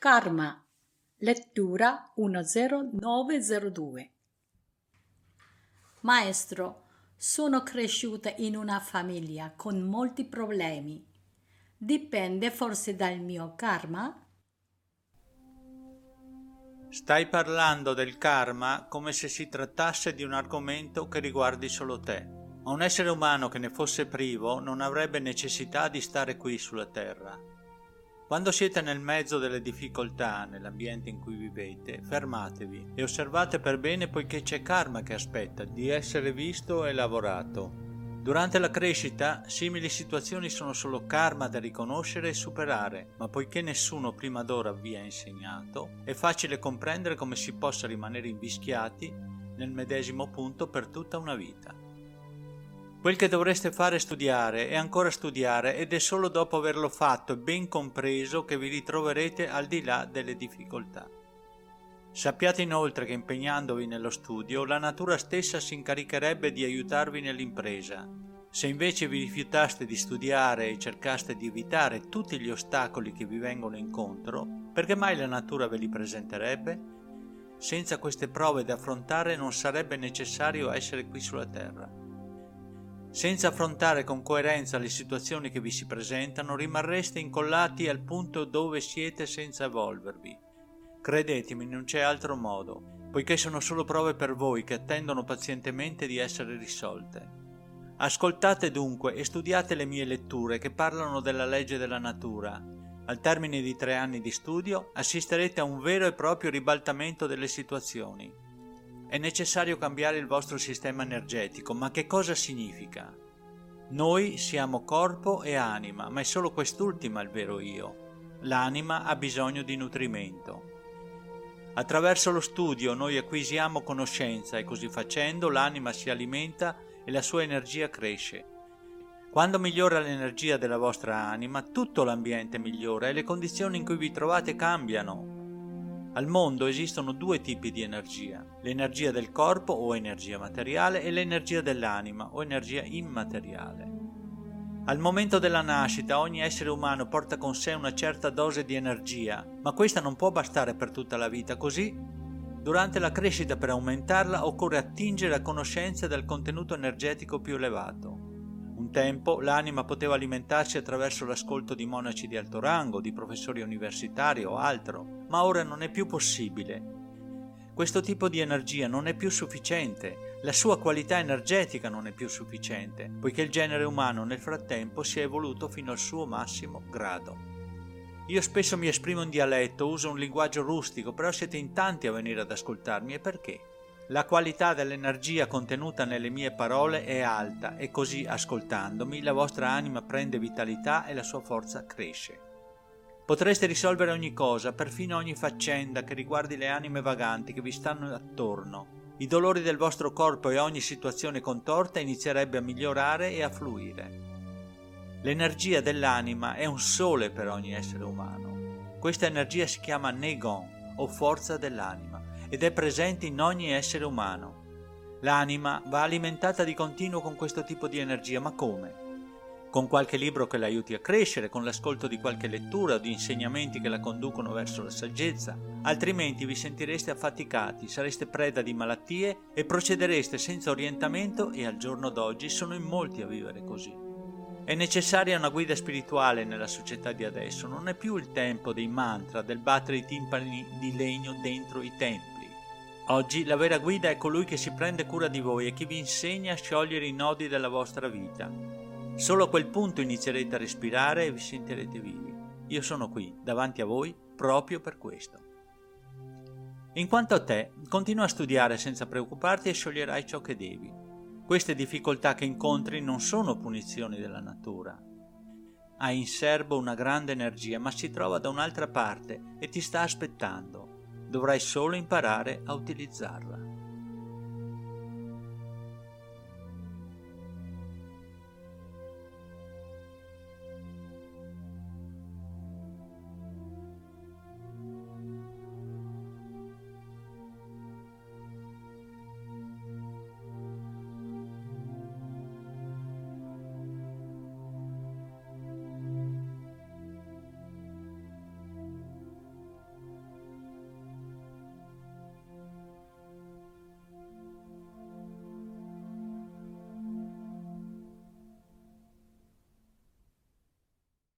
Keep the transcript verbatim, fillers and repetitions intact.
Karma, lettura centonovesodue. Maestro, sono cresciuta in una famiglia con molti problemi. Dipende forse dal mio karma? Stai parlando del karma come se si trattasse di un argomento che riguardi solo te. Ma un essere umano che ne fosse privo non avrebbe necessità di stare qui sulla Terra. Quando siete nel mezzo delle difficoltà nell'ambiente in cui vivete, fermatevi e osservate per bene, poiché c'è karma che aspetta di essere visto e lavorato. Durante la crescita, simili situazioni sono solo karma da riconoscere e superare, ma poiché nessuno prima d'ora vi ha insegnato, è facile comprendere come si possa rimanere invischiati nel medesimo punto per tutta una vita. Quel che dovreste fare è studiare e ancora studiare, ed è solo dopo averlo fatto e ben compreso che vi ritroverete al di là delle difficoltà. Sappiate inoltre che impegnandovi nello studio, la natura stessa si incaricherebbe di aiutarvi nell'impresa. Se invece vi rifiutaste di studiare e cercaste di evitare tutti gli ostacoli che vi vengono incontro, perché mai la natura ve li presenterebbe? Senza queste prove da affrontare non sarebbe necessario essere qui sulla Terra. Senza affrontare con coerenza le situazioni che vi si presentano, rimarreste incollati al punto dove siete senza evolvervi. Credetemi, non c'è altro modo, poiché sono solo prove per voi che attendono pazientemente di essere risolte. Ascoltate dunque e studiate le mie letture che parlano della legge della natura. Al termine di tre anni di studio assisterete a un vero e proprio ribaltamento delle situazioni. È necessario cambiare il vostro sistema energetico, ma che cosa significa? Noi siamo corpo e anima, ma è solo quest'ultima il vero io. L'anima ha bisogno di nutrimento. Attraverso lo studio noi acquisiamo conoscenza e così facendo l'anima si alimenta e la sua energia cresce. Quando migliora l'energia della vostra anima, tutto l'ambiente migliora e le condizioni in cui vi trovate cambiano. Al mondo esistono due tipi di energia, l'energia del corpo o energia materiale e l'energia dell'anima o energia immateriale. Al momento della nascita ogni essere umano porta con sé una certa dose di energia, ma questa non può bastare per tutta la vita, così durante la crescita per aumentarla occorre attingere a conoscenza del contenuto energetico più elevato. Un tempo l'anima poteva alimentarsi attraverso l'ascolto di monaci di alto rango, di professori universitari o altro, ma ora non è più possibile. Questo tipo di energia non è più sufficiente, la sua qualità energetica non è più sufficiente, poiché il genere umano nel frattempo si è evoluto fino al suo massimo grado. Io spesso mi esprimo in dialetto, uso un linguaggio rustico, però siete in tanti a venire ad ascoltarmi, e perché? La qualità dell'energia contenuta nelle mie parole è alta e così, ascoltandomi, la vostra anima prende vitalità e la sua forza cresce. Potreste risolvere ogni cosa, perfino ogni faccenda che riguardi le anime vaganti che vi stanno attorno. I dolori del vostro corpo e ogni situazione contorta inizierebbe a migliorare e a fluire. L'energia dell'anima è un sole per ogni essere umano. Questa energia si chiama Negon, o forza dell'anima, ed è presente in ogni essere umano. L'anima va alimentata di continuo con questo tipo di energia, ma come? Con qualche libro che l'aiuti a crescere, con l'ascolto di qualche lettura o di insegnamenti che la conducono verso la saggezza, altrimenti vi sentireste affaticati, sareste preda di malattie e procedereste senza orientamento, e al giorno d'oggi sono in molti a vivere così. È necessaria una guida spirituale nella società di adesso, non è più il tempo dei mantra, del battere i timpani di legno dentro i templi. Oggi la vera guida è colui che si prende cura di voi e che vi insegna a sciogliere i nodi della vostra vita. Solo a quel punto inizierete a respirare e vi sentirete vivi. Io sono qui, davanti a voi, proprio per questo. In quanto a te, continua a studiare senza preoccuparti e scioglierai ciò che devi. Queste difficoltà che incontri non sono punizioni della natura. Hai in serbo una grande energia, ma si trova da un'altra parte e ti sta aspettando. Dovrai solo imparare a utilizzarla.